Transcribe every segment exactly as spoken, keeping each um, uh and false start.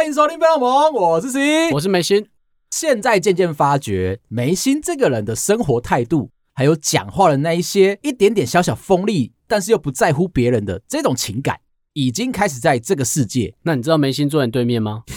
迎收听飞龙盟，我是 C， 我是梅心。 现在渐渐发觉，梅心这个人的生活态度，还有讲话的那一些一点点小小锋利，但是又不在乎别人的这种情感，已经开始在这个世界。 那你知道梅心坐你对面吗？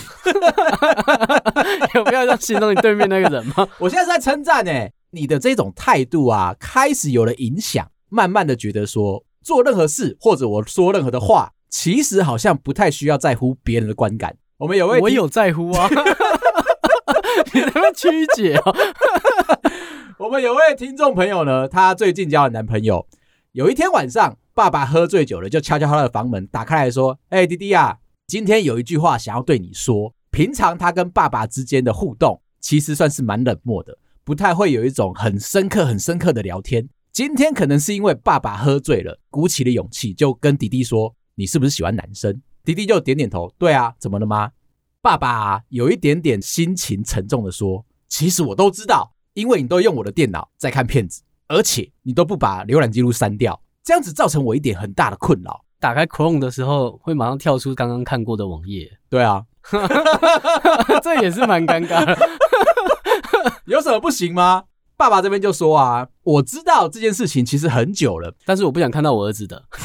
有必要让形容你对面那个人吗？ 我现在是在称赞欸，你的这种态度啊，开始有了影响，慢慢的觉得说，做任何事或者我说任何的话，其实好像不太需要在乎别人的观感。我们有位我有在乎啊。你在那曲解哦。 我们有位听众朋友呢，他最近交了男朋友。有一天晚上，爸爸喝醉酒了，就敲敲他的房门，打开来说：“哎、欸，弟弟啊，今天有一句话想要对你说。”平常他跟爸爸之间的互动，其实算是蛮冷漠的，不太会有一种很深刻、很深刻的聊天。今天可能是因为爸爸喝醉了，鼓起了勇气，就跟弟弟说：“你是不是喜欢男生？”弟弟就点点头：“对啊，怎么了吗？”爸爸啊，有一点点心情沉重的说：“其实我都知道，因为你都用我的电脑在看片子，而且你都不把浏览记录删掉，这样子造成我一点很大的困扰。” 打开 Chrome 的时候，会马上跳出刚刚看过的网页。 对啊， 这也是蛮尴尬的。 有什么不行吗？爸爸这边就说啊，我知道这件事情其实很久了， 但是我不想看到我儿子的。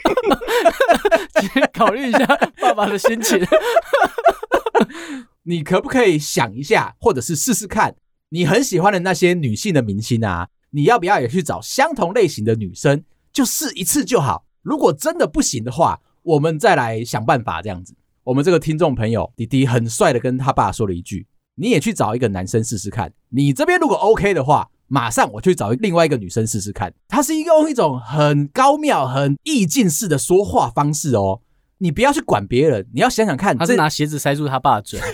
考虑一下爸爸的心情。 你可不可以想一下，或者是试试看，你很喜欢的那些女性的明星啊，你要不要也去找相同类型的女生，就试一次就好。如果真的不行的话，我们再来想办法这样子。我们这个听众朋友弟弟很帅的跟他爸说了一句：“你也去找一个男生试试看，你这边如果 OK 的话，马上我去找另外一个女生试试看。”他是用一种很高妙、很意境式的说话方式哦。你不要去管别人，你要想想看， 他是拿鞋子塞住他爸的嘴。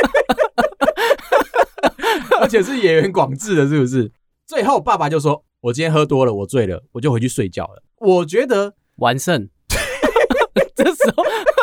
而且是演员广志的，是不是？最后爸爸就说：“我今天喝多了，我醉了，我就回去睡觉了。”我觉得完胜。这时候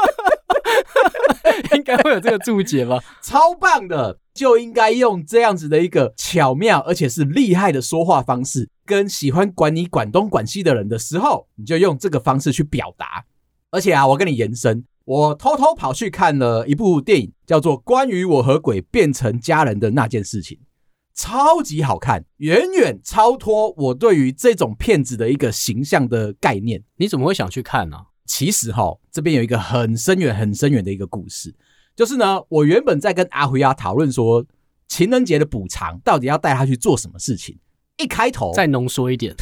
应该会有这个注解吧？ 超棒的，就应该用这样子的一个巧妙而且是厉害的说话方式，跟喜欢管你管东管西的人的时候，你就用这个方式去表达。而且啊，我跟你延伸，我偷偷跑去看了一部电影，叫做《关于我和鬼变成家人的那件事情》，超级好看，远远超脱我对于这种骗子的一个形象的概念。 你怎么会想去看呢、啊？ 其实齁，这边有一个很深远很深远的一个故事，就是呢，我原本在跟阿辉啊讨论说，情人节的补偿到底要带他去做什么事情。一开头再浓缩一点。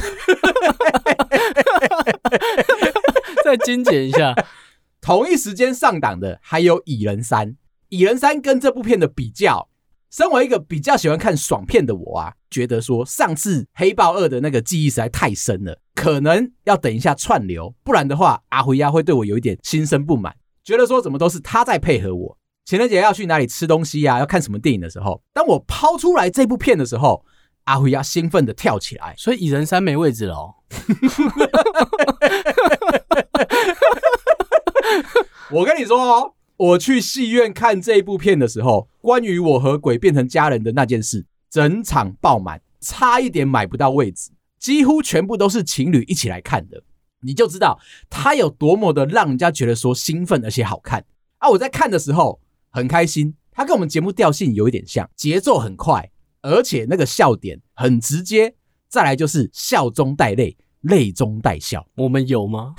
再精简一下。 同一时间上档的还有蚁人三。蚁人三跟这部片的比较，身为一个比较喜欢看爽片的我啊，觉得说上次黑豹二的那个记忆实在太深了，可能要等一下串流，不然的话阿辉呀会对我有一点心生不满，觉得说怎么都是他在配合我。情人节要去哪里吃东西啊，要看什么电影的时候，当我抛出来这部片的时候，阿辉呀兴奋的跳起来。 所以蚁人三没位置了哦。 我跟你说哦，我去戏院看这一部片的时候，关于我和鬼变成家人的那件事，整场爆满，差一点买不到位置，几乎全部都是情侣一起来看的。你就知道它有多么的让人家觉得说兴奋而且好看啊！我在看的时候很开心，它跟我们节目调性有一点像，节奏很快，而且那个笑点很直接，再来就是笑中带泪，泪中带笑。 我们有吗？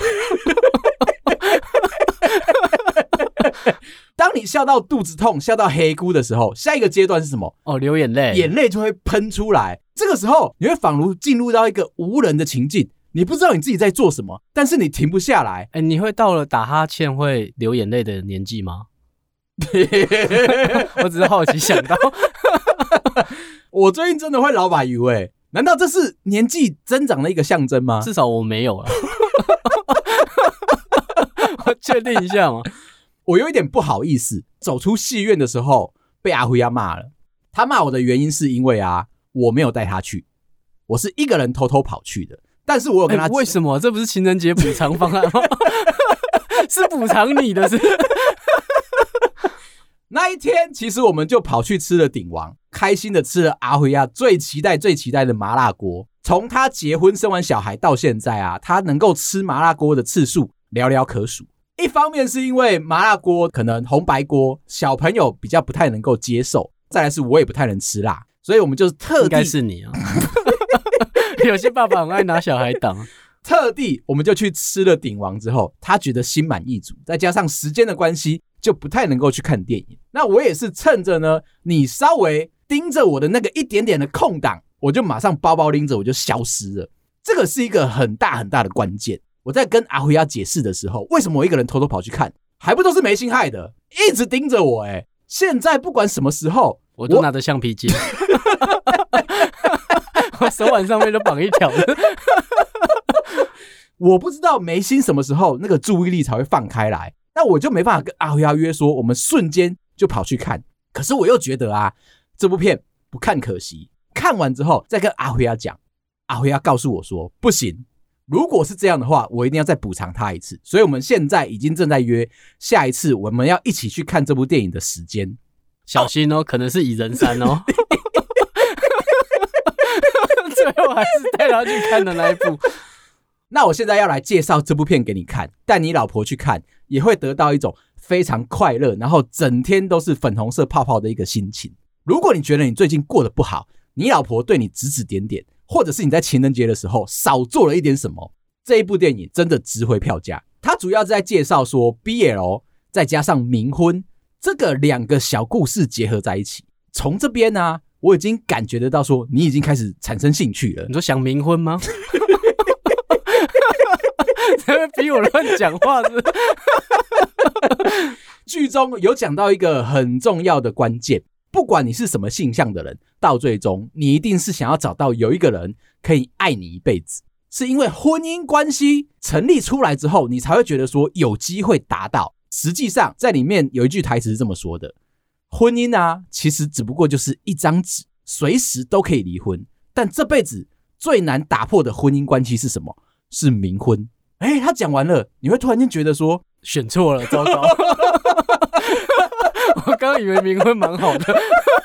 当你笑到肚子痛，笑到黑咕的时候，下一个阶段是什么？ 哦，流眼泪， 眼泪就会喷出来。这个时候，你会仿如进入到一个无人的情境，你不知道你自己在做什么，但是你停不下来。 哎，你会到了打哈欠会流眼泪的年纪吗？我只是好奇想到。 我最近真的会老把油哎，难道这是年纪增长的一个象征吗？ 至少我没有了。我确定一下嘛。 我有一点不好意思，走出戏院的时候被阿辉呀骂了。他骂我的原因是因为啊，我没有带他去，我是一个人偷偷跑去的。但是我有跟他、 欸、为什么？这不是情人节补偿方案吗？是补偿你的是。 那一天，其实我们就跑去吃了鼎王，开心的吃了阿辉呀最期待最期待的麻辣锅。从他结婚生完小孩到现在啊，他能够吃麻辣锅的次数寥寥可数。 一方面是因为麻辣锅可能红白锅小朋友比较不太能够接受，再来是我也不太能吃辣，所以我们就是特地， 应该是你啊。有些爸爸很爱拿小孩挡， 特地我们就去吃了鼎王之后，他觉得心满意足，再加上时间的关系，就不太能够去看电影。那我也是趁着呢，你稍微盯着我的那个一点点的空档，我就马上包包拎着我就消失了。这个是一个很大很大的关键。我在跟阿辉亚解释的时候，为什么我一个人偷偷跑去看，还不都是没心害的，一直盯着我。欸，现在不管什么时候， 我都拿着橡皮筋，我手腕上面都绑一条的。 我不知道眉心什么时候那个注意力才会放开来，那我就没办法跟阿辉亚约说，我们瞬间就跑去看。可是我又觉得啊，这部片不看可惜，看完之后再跟阿辉亚讲，阿辉亚告诉我说不行，如果是这样的话，我一定要再补偿他一次。所以我们现在已经正在约下一次我们要一起去看这部电影的时间。 小心哦，可能是蚁人三哦。最后还是带他去看的那一部。 那我现在要来介绍这部片给你看，带你老婆去看，也会得到一种非常快乐，然后整天都是粉红色泡泡的一个心情。如果你觉得你最近过得不好，你老婆对你指指点点，或者是你在情人节的时候少做了一点什么，这一部电影真的值回票价。它主要是在介绍说 B L 再加上冥婚这个两个小故事结合在一起。从这边啊，我已经感觉得到说你已经开始产生兴趣了。 你说想冥婚吗？在那逼我乱讲话是不是？ 剧中有讲到一个很重要的关键，不管你是什么性向的人，到最终你一定是想要找到有一个人可以爱你一辈子，是因为婚姻关系成立出来之后，你才会觉得说有机会达到。实际上在里面有一句台词是这么说的，婚姻啊其实只不过就是一张纸，随时都可以离婚，但这辈子最难打破的婚姻关系是什么？是冥婚。哎，他讲完了，你会突然间觉得说选错了，糟糕。我刚以为冥婚蛮好的。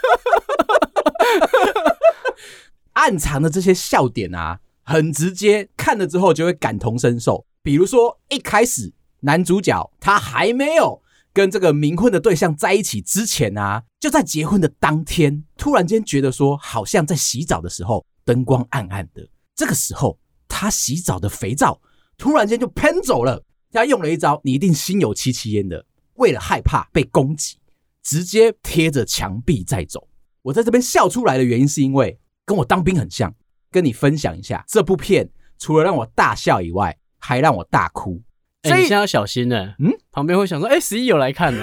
暗藏的这些笑点啊，很直接，看了之后就会感同身受。比如说一开始男主角他还没有跟这个冥婚的对象在一起之前啊，就在结婚的当天突然间觉得说好像在洗澡的时候灯光暗暗的，这个时候他洗澡的肥皂突然间就喷走了。他用了一招你一定心有戚戚焉的，为了害怕被攻击，直接贴着墙壁在走。我在这边笑出来的原因是因为跟我当兵很像，跟你分享一下，这部片除了让我大笑以外，还让我大哭。 哎、欸，你现在要小心呢、欸。嗯，旁边会想说，哎、欸，十一有来看呢。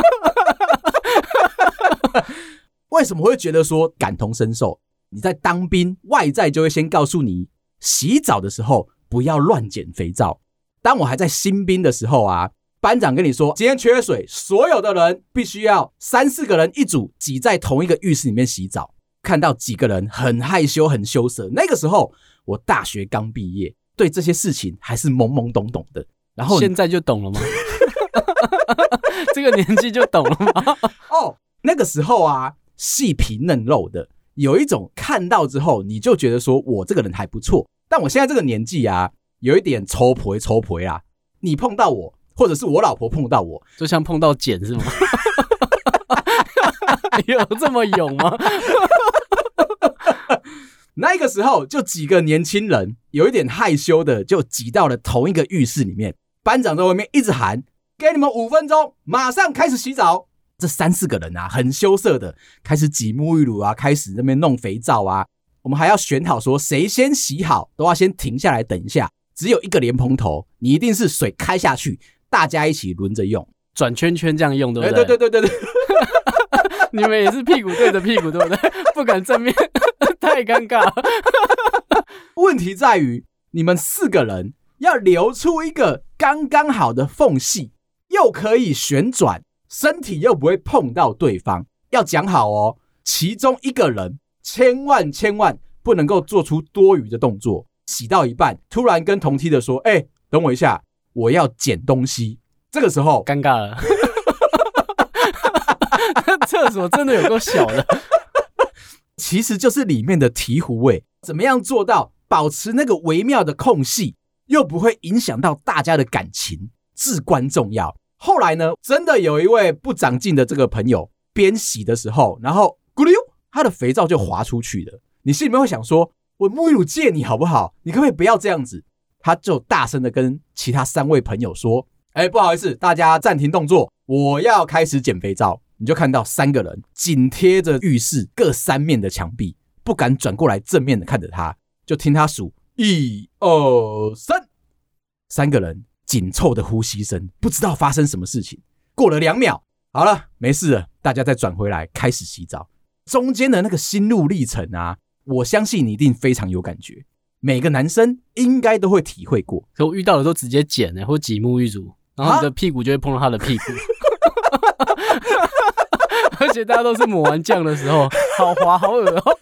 为什么会觉得说感同身受？你在当兵，外在就会先告诉你，洗澡的时候不要乱捡肥皂。当我还在新兵的时候啊，班长跟你说今天缺水，所有的人必须要三四个人一组挤在同一个浴室里面洗澡。看到几个人很害羞很羞涩，那个时候我大学刚毕业，对这些事情还是懵懵懂懂的。然后现在就懂了吗？这个年纪就懂了吗？ 哦，那个时候啊，细皮嫩肉的，有一种看到之后你就觉得说我这个人还不错。但我现在这个年纪啊，有一点抽婆抽婆啦，你碰到我，或者是我老婆碰到我， 就像碰到茧是吗？有这么勇吗？ 那个时候就几个年轻人有一点害羞的就挤到了同一个浴室里面，班长在外面一直喊给你们五分钟马上开始洗澡。这三四个人啊很羞涩的开始挤沐浴乳啊，开始那边弄肥皂啊，我们还要选好说谁先洗好都要先停下来等一下，只有一个莲蓬头，你一定是水开下去大家一起轮着用， 转圈圈这样用对不对？对对对对对。 你们也是屁股对着屁股对不对？不敢正面，太尴尬了。 问题在于你们四个人要留出一个刚刚好的缝隙，又可以旋转，身体又不会碰到对方。要讲好哦，其中一个人千万千万不能够做出多余的动作，洗到一半突然跟同梯的说哎、欸，等我一下，我要捡东西。这个时候尴尬了。厕所真的有够小的。 其实就是里面的醍醐味，怎么样做到保持那个微妙的空隙，又不会影响到大家的感情， 至关重要。后来呢，真的有一位不长进的这个朋友边洗的时候，然后咕溜，他的肥皂就滑出去了。你心里面会想说，我沐浴乳借你好不好？你可不可以不要这样子？他就大声的跟其他三位朋友说，哎，不好意思，大家暂停动作，我要开始捡肥皂。你就看到三个人紧贴着浴室各三面的墙壁，不敢转过来正面的看着他，就听他数一二三，三个人紧凑的呼吸声，不知道发生什么事情。过了两秒，好了，没事了，大家再转回来开始洗澡。中间的那个心路历程啊，我相信你一定非常有感觉，每个男生应该都会体会过。 可我遇到的都直接剪、欸、或挤沐浴乳，然后你的屁股就会碰到他的屁股。而且大家都是抹完酱的时候，好滑好恶哦。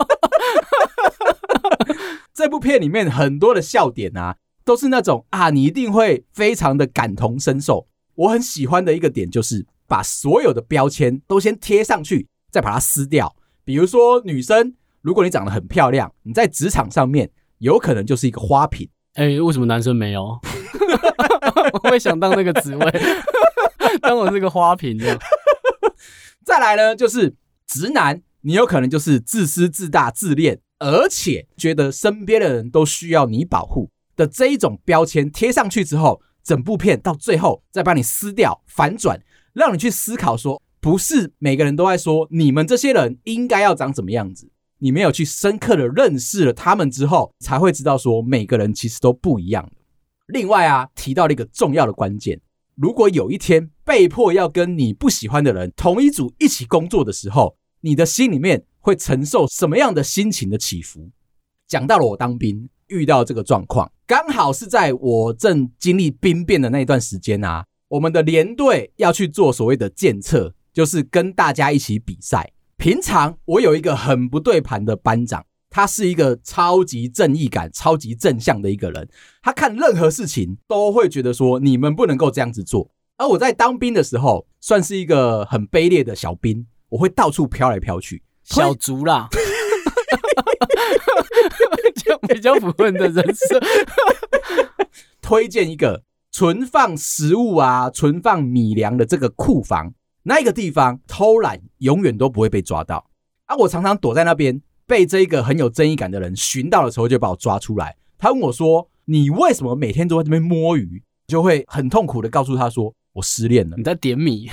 这部片里面很多的笑点啊，都是那种啊，你一定会非常的感同身受。我很喜欢的一个点就是把所有的标签都先贴上去，再把它撕掉。比如说女生，如果你长得很漂亮，你在职场上面有可能就是一个花瓶。 哎、欸，为什么男生没有？我会想当那个职位，当我是个花瓶这样。 再来呢，就是直男，你有可能就是自私自大自恋，而且觉得身边的人都需要你保护的这一种标签贴上去之后，整部片到最后再把你撕掉反转，让你去思考说，不是每个人都在说你们这些人应该要长怎么样子，你没有去深刻的认识了他们之后，才会知道说每个人其实都不一样的。另外啊，提到了一个重要的关键，如果有一天被迫要跟你不喜欢的人同一组一起工作的时候，你的心里面会承受什么样的心情的起伏？讲到了我当兵遇到这个状况，刚好是在我正经历兵变的那段时间啊，我们的连队要去做所谓的检测，就是跟大家一起比赛。平常我有一个很不对盘的班长，他是一个超级正义感超级正向的一个人，他看任何事情都会觉得说你们不能够这样子做。而我在当兵的时候算是一个很卑劣的小兵，我会到处飘来飘去， 小卒啦。这样比较符合你的人设。 推荐一个存放食物啊存放米粮的这个库房，那个地方偷懒永远都不会被抓到啊！我常常躲在那边，被这个很有正义感的人寻到的时候就把我抓出来。他问我说，你为什么每天都在这边摸鱼？就会很痛苦的告诉他说，我失恋了。 你在点米。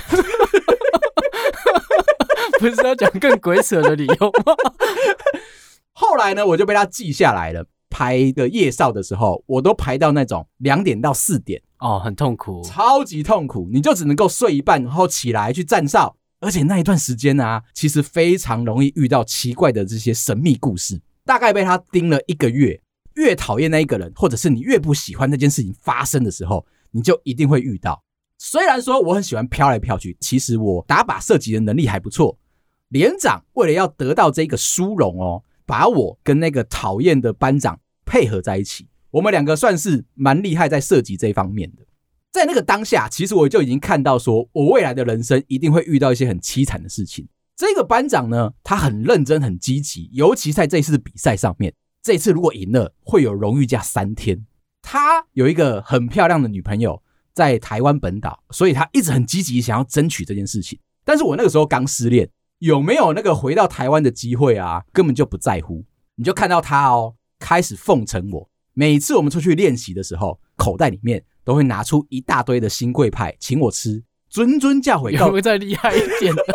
不是要讲更鬼扯的理由吗？ 后来呢，我就被他记下来了。排个夜哨的时候，我都排到那种两点到四点哦，很痛苦， 超级痛苦。你就只能够睡一半，然后起来去站哨。而且那一段时间啊，其实非常容易遇到奇怪的这些神秘故事。大概被他盯了一个月，越讨厌那一个人，或者是你越不喜欢那件事情发生的时候，你就一定会遇到。虽然说我很喜欢飘来飘去，其实我打靶射击的能力还不错。连长为了要得到这个殊荣哦，把我跟那个讨厌的班长配合在一起，我们两个算是蛮厉害在射击这一方面的。在那个当下，其实我就已经看到说，我未来的人生一定会遇到一些很凄惨的事情。这个班长呢，他很认真很积极，尤其在这一次比赛上面，这一次如果赢了会有荣誉假三天。他有一个很漂亮的女朋友在台湾本岛，所以他一直很积极想要争取这件事情。但是我那个时候刚失恋，有没有那个回到台湾的机会啊，根本就不在乎。你就看到他哦，开始奉承我。每次我们出去练习的时候，口袋里面都会拿出一大堆的新贵派请我吃，谆谆教诲。 有没有再厉害一点的？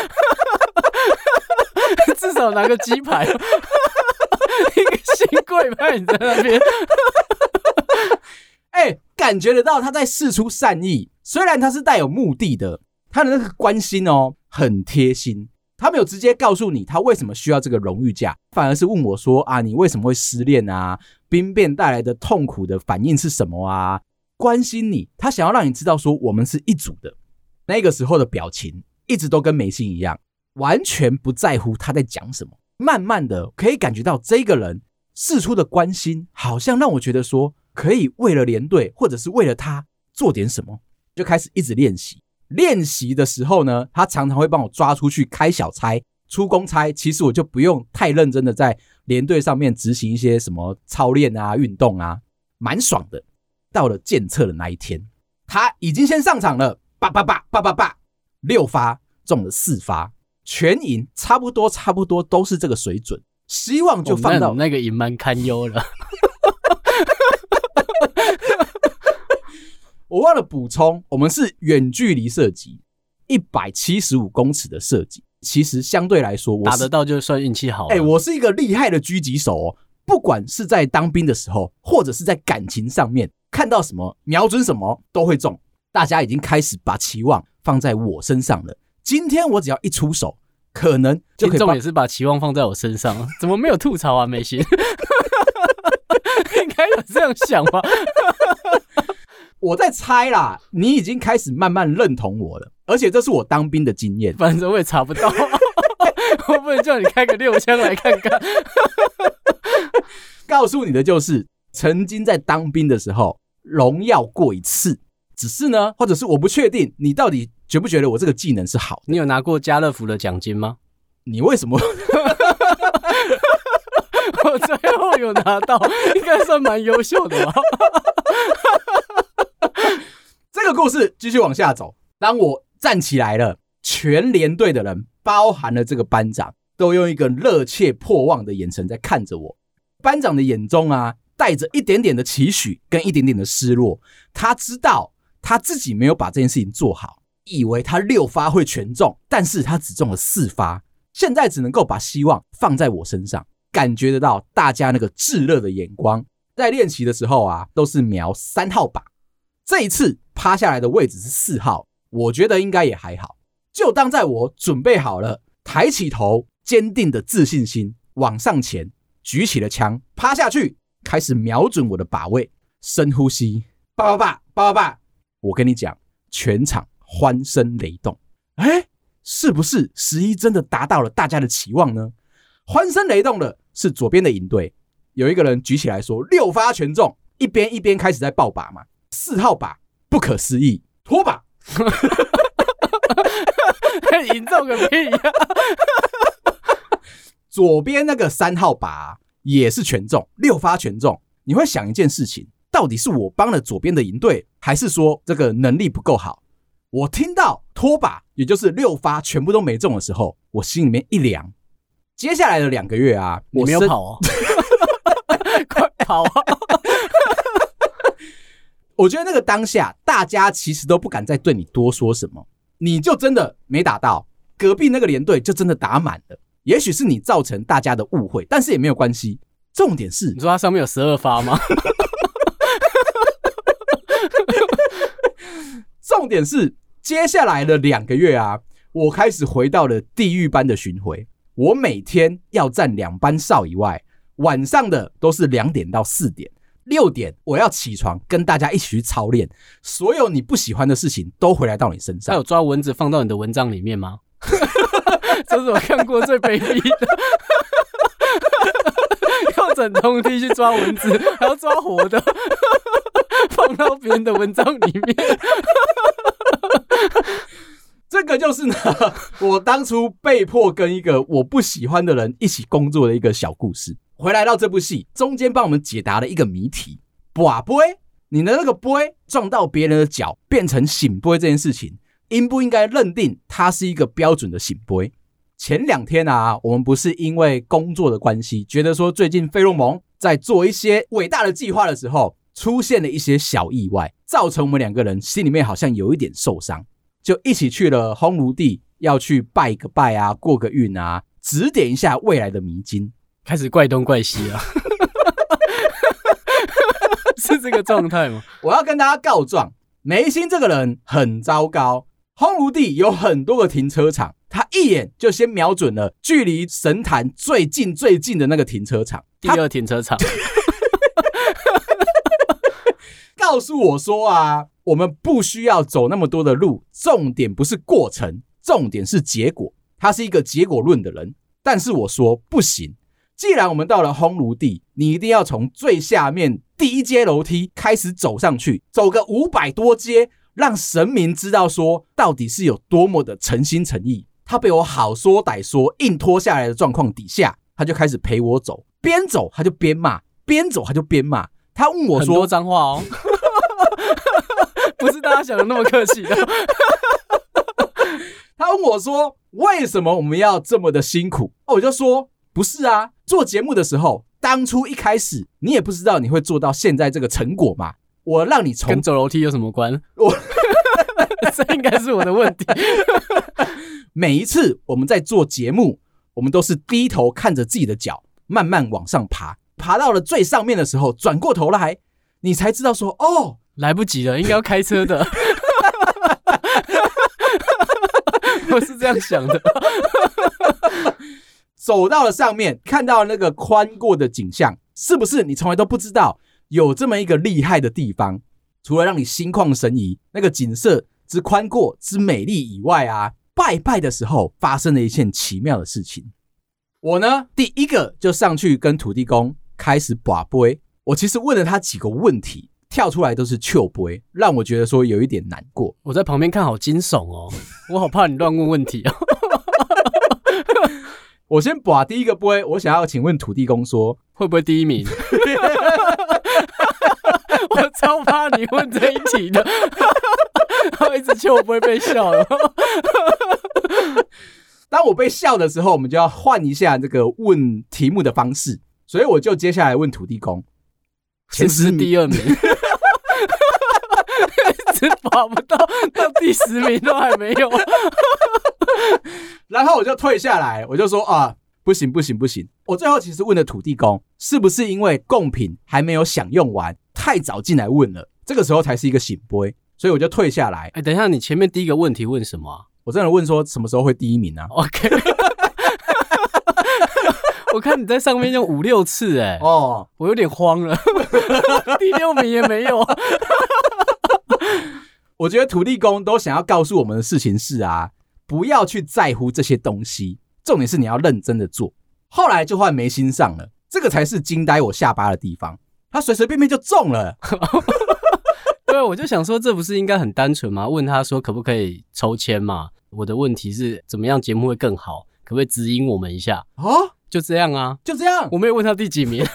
至少拿个鸡排，一个新贵派你在那边。 欸，感觉得到他在释出善意，虽然他是带有目的的，他的那个关心哦很贴心。他没有直接告诉你他为什么需要这个荣誉假，反而是问我说啊，你为什么会失恋啊？兵变带来的痛苦的反应是什么啊？关心你，他想要让你知道说我们是一组的。那个时候的表情一直都跟眉心一样，完全不在乎他在讲什么。慢慢的可以感觉到这个人释出的关心，好像让我觉得说可以为了连队或者是为了他做点什么，就开始一直练习。练习的时候呢，他常常会帮我抓出去开小差、出公差，其实我就不用太认真的在连队上面执行一些什么操练啊、运动啊，蛮爽的。到了检测的那一天， 他已经先上场了，叭叭叭叭叭叭，六发中了四发，全赢差不多差不多都是这个水准，希望就放到、 哦、那, 那个赢蛮堪忧了。 我忘了补充，我们是远距离射击，一百七十五公尺的射击，其实相对来说我打得到就算运气好了。 欸、我是一个厉害的狙击手哦，不管是在当兵的时候，或者是在感情上面，看到什么瞄准什么都会中。大家已经开始把期望放在我身上了。今天我只要一出手，可能就可以。 听众也是把期望放在我身上，怎么没有吐槽啊？美心，应该有这样想吧？ 我在猜啦，你已经开始慢慢认同我了，而且这是我当兵的经验。 反正我也查不到，我不能叫你开个六枪来看看。 告诉你的就是，曾经在当兵的时候荣耀过一次，只是呢，或者是我不确定你到底觉不觉得我这个技能是好的。 你有拿过家乐福的奖金吗？ 你为什么？ 我最后有拿到，应该算蛮优秀的吧。 这个故事继续往下走，当我站起来了，全连队的人，包含了这个班长，都用一个热切迫望的眼神在看着我。班长的眼中啊，带着一点点的期许跟一点点的失落。他知道他自己没有把这件事情做好，以为他六发会全中，但是他只中了四发，现在只能够把希望放在我身上。感觉得到大家那个炙热的眼光，在练习的时候啊，都是瞄三号靶。这一次趴下来的位置是四号，我觉得应该也还好。就当在我准备好了，抬起头，坚定的自信心往上前，举起了枪，趴下去，开始瞄准我的靶位，深呼吸，叭叭叭叭叭叭。我跟你讲，全场欢声雷动。哎，是不是十一真的达到了大家的期望呢？欢声雷动的是左边的营队，有一个人举起来说六发全中，一边一边开始在爆靶嘛。四号靶不可思议，拖靶， 引中个屁呀！ 左边那个三号靶、啊、也是全中，六发全中。你会想一件事情，到底是我帮了左边的营队，还是说这个能力不够好？我听到拖靶，也就是六发全部都没中的时候，我心里面一凉。接下来的两个月啊， 我没有跑哦，快跑啊！ 我觉得那个当下，大家其实都不敢再对你多说什么，你就真的没打到，隔壁那个连队就真的打满了。也许是你造成大家的误会，但是也没有关系。重点是， 你说它上面有十二发吗？ 重点是，接下来的两个月啊，我开始回到了地狱班的巡回。我每天要站两班哨以外，晚上的都是两点到四点。六点我要起床跟大家一起去操练，所有你不喜欢的事情都回来到你身上。 他有抓蚊子放到你的蚊帐里面吗？这是我看过最卑鄙的。用整通 T 去抓蚊子，还要抓活的，放到别人的蚊帐里面。 这个就是呢，我当初被迫跟一个我不喜欢的人一起工作的一个小故事。回来到这部戏中间，帮我们解答了一个谜题：拔杯，你的那个杯撞到别人的脚变成醒杯这件事情，应不应该认定它是一个标准的醒杯？前两天啊，我们不是因为工作的关系，觉得说最近费洛蒙在做一些伟大的计划的时候，出现了一些小意外，造成我们两个人心里面好像有一点受伤，就一起去了烘炉地，要去拜个拜啊，过个运啊，指点一下未来的迷津。 开始怪东怪西啊。是这个状态吗？ 我要跟大家告状，梅心这个人很糟糕。烘炉地有很多个停车场，他一眼就先瞄准了距离神坛最近最近的那个停车场， 第二停车场。 告诉我说啊，我们不需要走那么多的路，重点不是过程，重点是结果。他是一个结果论的人，但是我说不行。既然我们到了烘炉地，你一定要从最下面第一阶楼梯开始走上去，走个五百多阶，让神明知道说到底是有多么的诚心诚意。他被我好说歹说硬拖下来的状况底下，他就开始陪我走，边走他就边骂，边走他就边骂。他问我说， 很多脏话哦。 不是大家想的那么客气的。 他问我说为什么我们要这么的辛苦，我就说不是啊，做节目的时候当初一开始你也不知道你会做到现在这个成果嘛，我让你从跟走楼梯有什么关？ 我这应该是我的问题。 每一次我们在做节目，我们都是低头看着自己的脚慢慢往上爬，爬到了最上面的时候转过头来，你才知道说哦， 来不及了，应该要开车的。我是这样想的。 走到了上面，看到那个宽阔的景象，是不是你从来都不知道有这么一个厉害的地方？除了让你心旷神怡，那个景色之宽阔之美丽以外啊，拜拜的时候发生了一件奇妙的事情。我呢，第一个就上去跟土地公开始跋杯，我其实问了他几个问题，跳出来都是笑杯，让我觉得说有一点难过。 我在旁边看好惊悚哦，我好怕你乱问问题哦。 我先把第一个杯，我想要请问土地公说会不会第一名？我超怕你问这一题的，我一直求我不会被笑了。 当我被笑的时候，我们就要换一下这个问题目的方式，所以我就接下来问土地公， 前十名第二名，一直跑不到，到第十名都还没有。 然后我就退下来，我就说啊，不行不行不行！我最后其实问了土地公，是不是因为贡品还没有享用完，太早进来问了，这个时候才是一个醒杯，所以我就退下来。 哎，等一下，你前面第一个问题问什么啊？ 我真的问说什么时候会第一名啊 ？OK， 我看你在上面用五六次，哎，哦，我有点慌了，第六名也没有。 我觉得土地公都想要告诉我们的事情是啊，不要去在乎这些东西，重点是你要认真的做。后来就换眉心上了，这个才是惊呆我下巴的地方，他随随便便就中了。 对，我就想说这不是应该很单纯吗？问他说可不可以抽签嘛？我的问题是怎么样节目会更好，可不可以指引我们一下？哦，就这样啊， 就这样， 我没有问他第几名。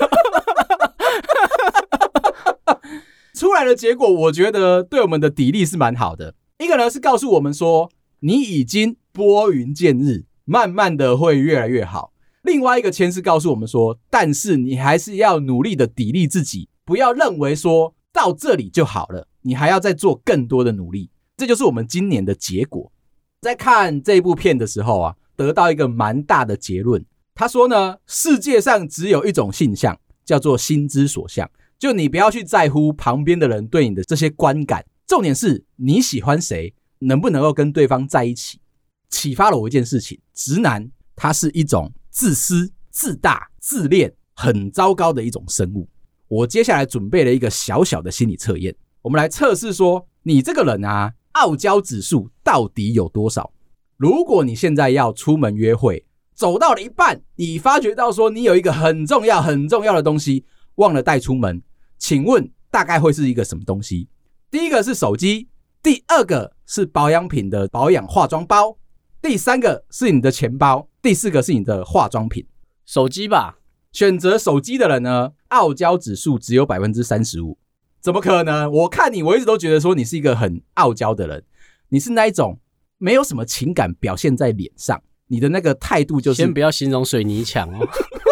出来的结果我觉得对我们的砥砺是蛮好的。一个呢是告诉我们说你已经拨云见日，慢慢的会越来越好。另外一个签是告诉我们说，但是你还是要努力的砥砺自己，不要认为说到这里就好了，你还要再做更多的努力。这就是我们今年的结果。在看这部片的时候啊，得到一个蛮大的结论。他说呢，世界上只有一种性向，叫做心之所向。就你不要去在乎旁边的人对你的这些观感，重点是你喜欢谁，能不能够跟对方在一起。启发了我一件事情，直男他是一种自私、自大、自恋，很糟糕的一种生物。我接下来准备了一个小小的心理测验，我们来测试说你这个人啊，傲娇指数到底有多少。如果你现在要出门约会，走到了一半，你发觉到说你有一个很重要很重要的东西忘了带出门，请问大概会是一个什么东西？第一个是手机，第二个是保养品的保养化妆包，第三个是你的钱包，第四个是你的化妆品。 手机吧。 选择手机的人呢，傲娇指数只有 百分之三十五。 怎么可能？我看你，我一直都觉得说你是一个很傲娇的人，你是那一种没有什么情感表现在脸上，你的那个态度就是…… 先不要形容水泥墙哦。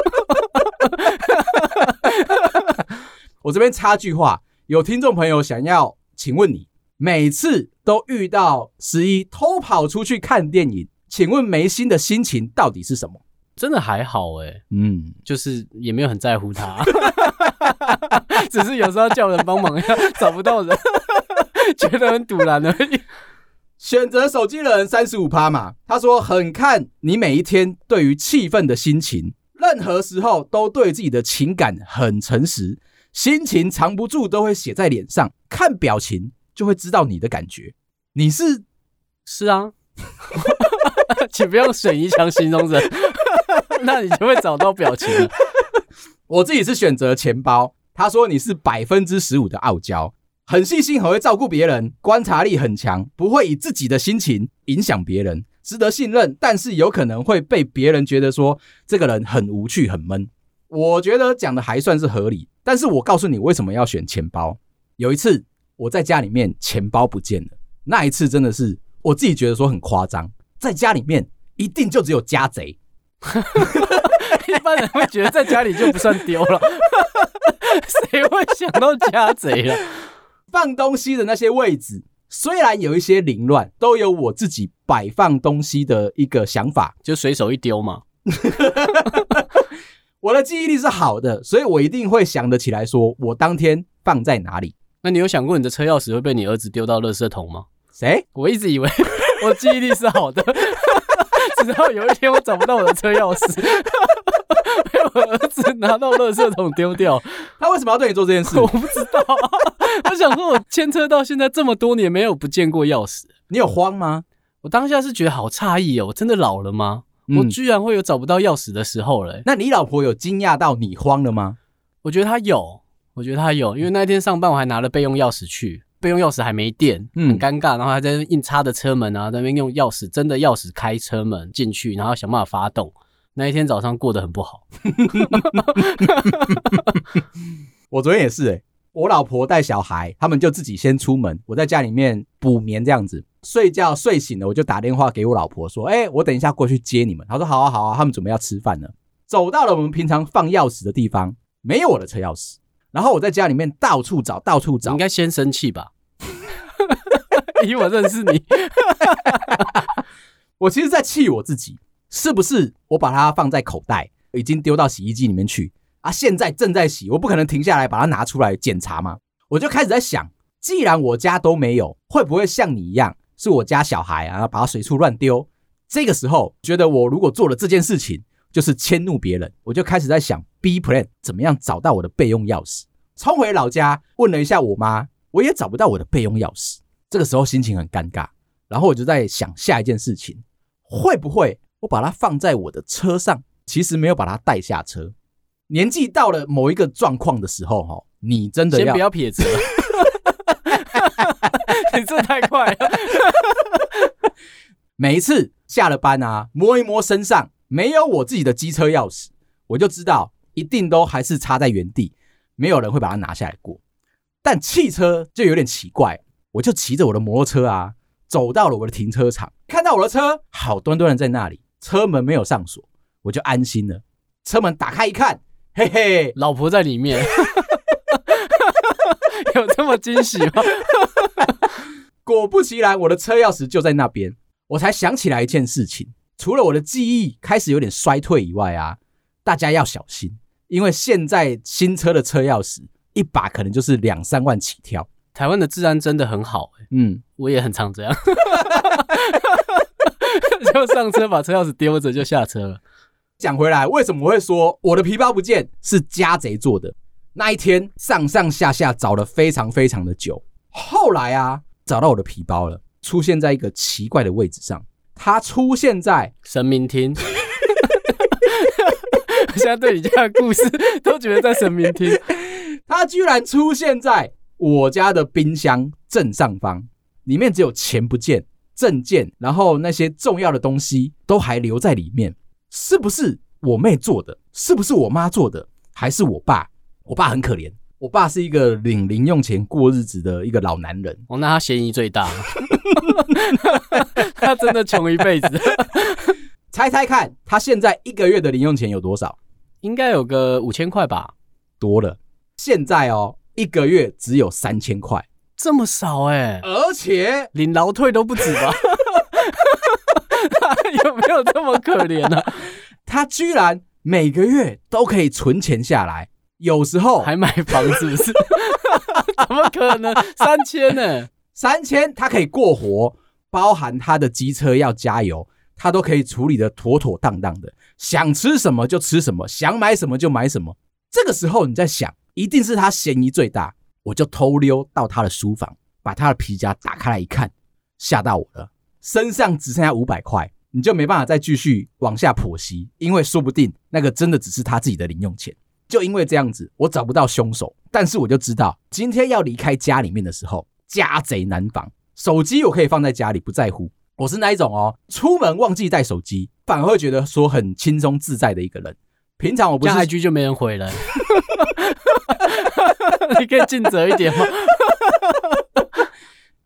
我这边插句话，有听众朋友想要请问你，每次都遇到十一偷跑出去看电影，请问眉心的心情到底是什么？ 真的还好欸，嗯，就是也没有很在乎他，只是有时候叫人帮忙找不到人，觉得很堵然而已。 选择手机的人 百分之三十五 嘛，他说很看你每一天对于气氛的心情，任何时候都对自己的情感很诚实，心情藏不住都会写在脸上，看表情就会知道你的感觉。你是是啊，请不用水泥墙形容人，那你就会找到表情了。 我自己是选择钱包，他说你是 百分之十五 的傲娇，很细心，很会照顾别人，观察力很强，不会以自己的心情影响别人，值得信任，但是有可能会被别人觉得说这个人很无趣很闷。我觉得讲的还算是合理，但是我告诉你为什么要选钱包。有一次我在家里面钱包不见了，那一次真的是我自己觉得说很夸张，在家里面一定就只有家贼。 一般人会觉得在家里就不算丢了，谁会想到家贼了？ 放东西的那些位置虽然有一些凌乱，都有我自己摆放东西的一个想法， 就随手一丢嘛。 我的记忆力是好的，所以我一定会想得起来说我当天放在哪里。 那你有想过你的车钥匙会被你儿子丢到垃圾桶吗？ 谁？ 我一直以为我记忆力是好的，直到有一天我找不到我的车钥匙，被我儿子拿到垃圾桶丢掉。 他为什么要对你做这件事？ 我不知道。我想说，我牵车到现在这么多年没有不见过钥匙， 你有慌吗？ 我当下是觉得好诧异哦，我真的老了吗？嗯、我居然会有找不到钥匙的时候了、欸。 那你老婆有惊讶到你慌了吗？ 我觉得她有，我觉得她有，因为那天上班我还拿了备用钥匙去，备用钥匙还没电，很尴尬，然后还在硬插的车门啊，在那边用钥匙真的钥匙开车门进去，然后想办法发动。那一天早上过得很不好。 我昨天也是哎、欸，我老婆带小孩，他们就自己先出门，我在家里面补眠这样子，睡觉睡醒了我就打电话给我老婆说，哎、欸，我等一下过去接你们。她说好啊好啊，他们准备要吃饭了。走到了我们平常放钥匙的地方，没有我的车钥匙，然后我在家里面到处找到处找。 你应该先生气吧？以我认识你。 我其实在气我自己，是不是我把它放在口袋，已经丢到洗衣机里面去啊？现在正在洗，我不可能停下来把它拿出来检查吗？我就开始在想，既然我家都没有，会不会像你一样，是我家小孩啊，把它随处乱丢？这个时候，觉得我如果做了这件事情，就是迁怒别人，我就开始在想 B plan 怎么样找到我的备用钥匙。冲回老家问了一下我妈，我也找不到我的备用钥匙。这个时候心情很尴尬，然后我就在想下一件事情，会不会我把它放在我的车上，其实没有把它带下车。年纪到了某一个状况的时候，你真的要先不要撇责。你这太快了。 每一次下了班啊，摸一摸身上没有我自己的机车钥匙，我就知道一定都还是插在原地，没有人会把它拿下来过。但汽车就有点奇怪，我就骑着我的摩托车啊，走到了我的停车场，看到我的车好端端的在那里，车门没有上锁，我就安心了。车门打开一看，嘿嘿， 老婆在里面。有这么惊喜吗？ 果不其然，我的车钥匙就在那边。我才想起来一件事情，除了我的记忆开始有点衰退以外啊，大家要小心，因为现在新车的车钥匙一把可能就是两三万起跳。 台湾的治安真的很好、欸、嗯，我也很常这样。就上车把车钥匙丢着就下车了。 讲回来，为什么我会说我的皮包不见是家贼做的？那一天上上下下找了非常非常的久，后来啊找到我的皮包了，出现在一个奇怪的位置上，它出现在神明厅。我现在对你家的故事都觉得在神明厅。 它居然出现在我家的冰箱正上方，里面只有钱不见，证件，然后那些重要的东西都还留在里面。是不是我妹做的？是不是我妈做的？还是我爸？我爸很可怜，我爸是一个领零用钱过日子的一个老男人。 哦，那他嫌疑最大。他真的穷一辈子。 猜猜看，他现在一个月的零用钱有多少？ 应该有个五千块吧。 多了，现在哦，一个月只有三千块， 这么少哎、欸！ 而且领劳退都不止吧？他有没有这么可怜呢、啊？ 他居然每个月都可以存钱下来，有时候还买房是不是？怎么可能？三千呢？ 三千他可以过活，包含他的机车要加油，他都可以处理的妥妥当当的，想吃什么就吃什么，想买什么就买什么。这个时候你在想，一定是他嫌疑最大，我就偷溜到他的书房，把他的皮夹打开来一看，吓到我了，身上只剩下五百块，你就没办法再继续往下剖析，因为说不定那个真的只是他自己的零用钱。就因为这样子，我找不到凶手，但是我就知道今天要离开家里面的时候，家贼难防。手机我可以放在家里不在乎，我是那一种哦，出门忘记带手机反而会觉得说很轻松自在的一个人。平常我不是 I G 就没人回了。你可以尽责一点吗？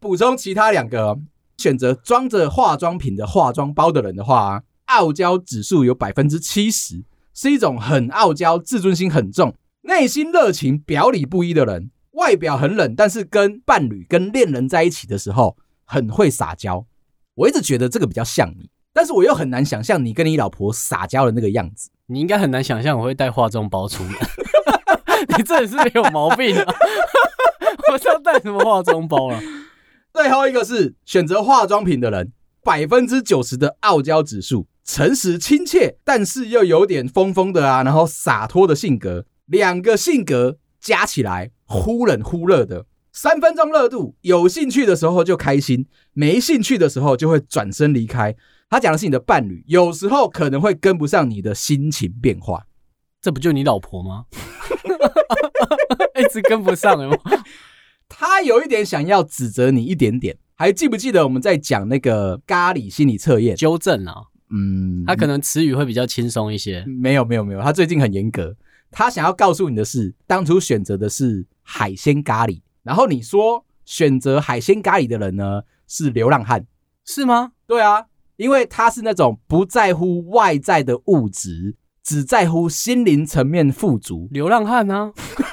补充其他两个，选择装着化妆品的化妆包的人的话，傲娇指数有 百分之七十， 是一种很傲娇、自尊心很重、内心热情表里不一的人。外表很冷，但是跟伴侣、跟恋人在一起的时候很会撒娇。我一直觉得这个比较像你，但是我又很难想象你跟你老婆撒娇的那个样子。 你应该很难想象我会带化妆包出门。你真的是没有毛病啊！我是要带什么化妆包啊？ 最后一个是选择化妆品的人 百分之九十 的傲娇指数，诚实亲切，但是又有点疯疯的啊，然后洒脱的性格，两个性格加起来忽冷忽热的，三分钟热度，有兴趣的时候就开心，没兴趣的时候就会转身离开。他讲的是你的伴侣，有时候可能会跟不上你的心情变化。 这不就你老婆吗？一直跟不上有没有？ 他有一点想要指责你一点点。还记不记得我们在讲那个咖喱心理测验？ 纠正啊， 嗯， 他可能词语会比较轻松一些。 没有没有没有，他最近很严格。他想要告诉你的是，当初选择的是海鲜咖喱，然后你说选择海鲜咖喱的人呢是流浪汉， 是吗？ 对啊，因为他是那种不在乎外在的物质，只在乎心灵层面富足。 流浪汉啊。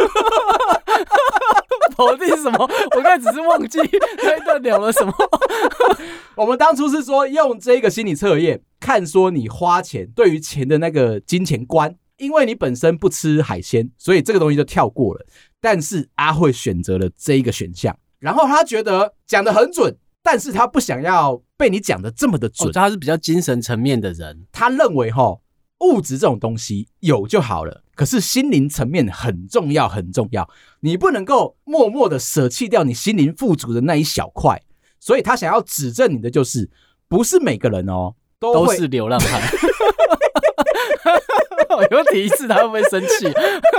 否定什么？我刚才只是忘记那一段聊了什么。 我们当初是说用这个心理测验看说你花钱对于钱的那个金钱观，因为你本身不吃海鲜，所以这个东西就跳过了。但是阿慧选择了这一个选项，然后他觉得讲得很准，但是他不想要被你讲得这么的准。 哦，他是比较精神层面的人， 他认为齁物质这种东西有就好了，可是心灵层面很重要很重要，你不能够默默的舍弃掉你心灵富足的那一小块。所以他想要指正你的就是，不是每个人哦 都, 都是流浪汉。我有提示他会不会生气？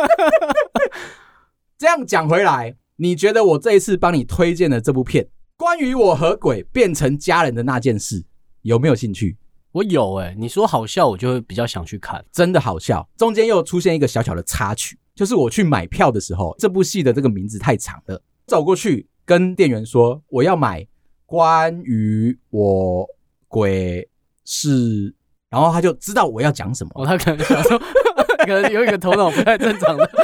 这样讲回来，你觉得我这一次帮你推荐的这部片，关于我和鬼变成家人的那件事，有没有兴趣？ 我有欸，你说好笑我就会比较想去看。 真的好笑。中间又出现一个小小的插曲，就是我去买票的时候，这部戏的这个名字太长了，走过去跟店员说我要买关于我鬼事，然后他就知道我要讲什么。 哦，他可能想说可能有一个头脑不太正常的。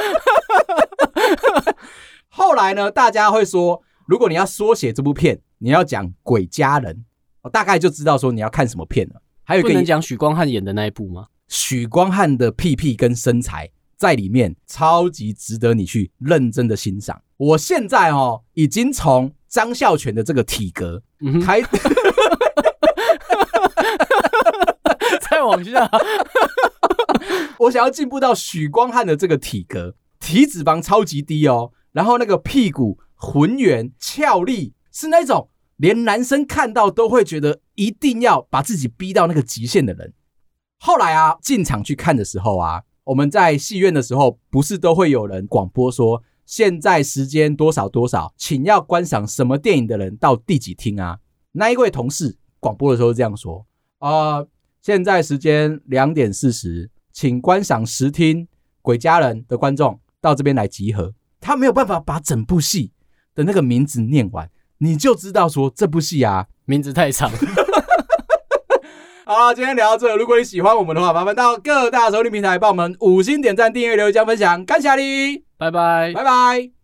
后来呢，大家会说如果你要缩写这部片，你要讲鬼家人，我大概就知道说你要看什么片了。还有一个不能讲许光汉演的那一部吗？ 许光汉的屁屁跟身材在里面超级值得你去认真的欣赏。我现在哦已经从张孝全的这个体格、嗯、开再往下我想要进步到许光汉的这个体格，体脂肪超级低哦，然后那个屁股浑圆俏丽，是那种连男生看到都会觉得一定要把自己逼到那个极限的人。后来啊，进场去看的时候啊，我们在戏院的时候不是都会有人广播说现在时间多少多少，请要观赏什么电影的人到第几厅啊。那一位同事广播的时候这样说呃，现在时间两点四十，请观赏十厅鬼家人的观众到这边来集合。他没有办法把整部戏的那个名字念完，你就知道说这部戏啊名字太长。 好，今天聊到这，如果你喜欢我们的话，麻烦到各大收听平台帮我们五星点赞、订阅、留言、加分享，感谢你， 拜拜， 拜拜。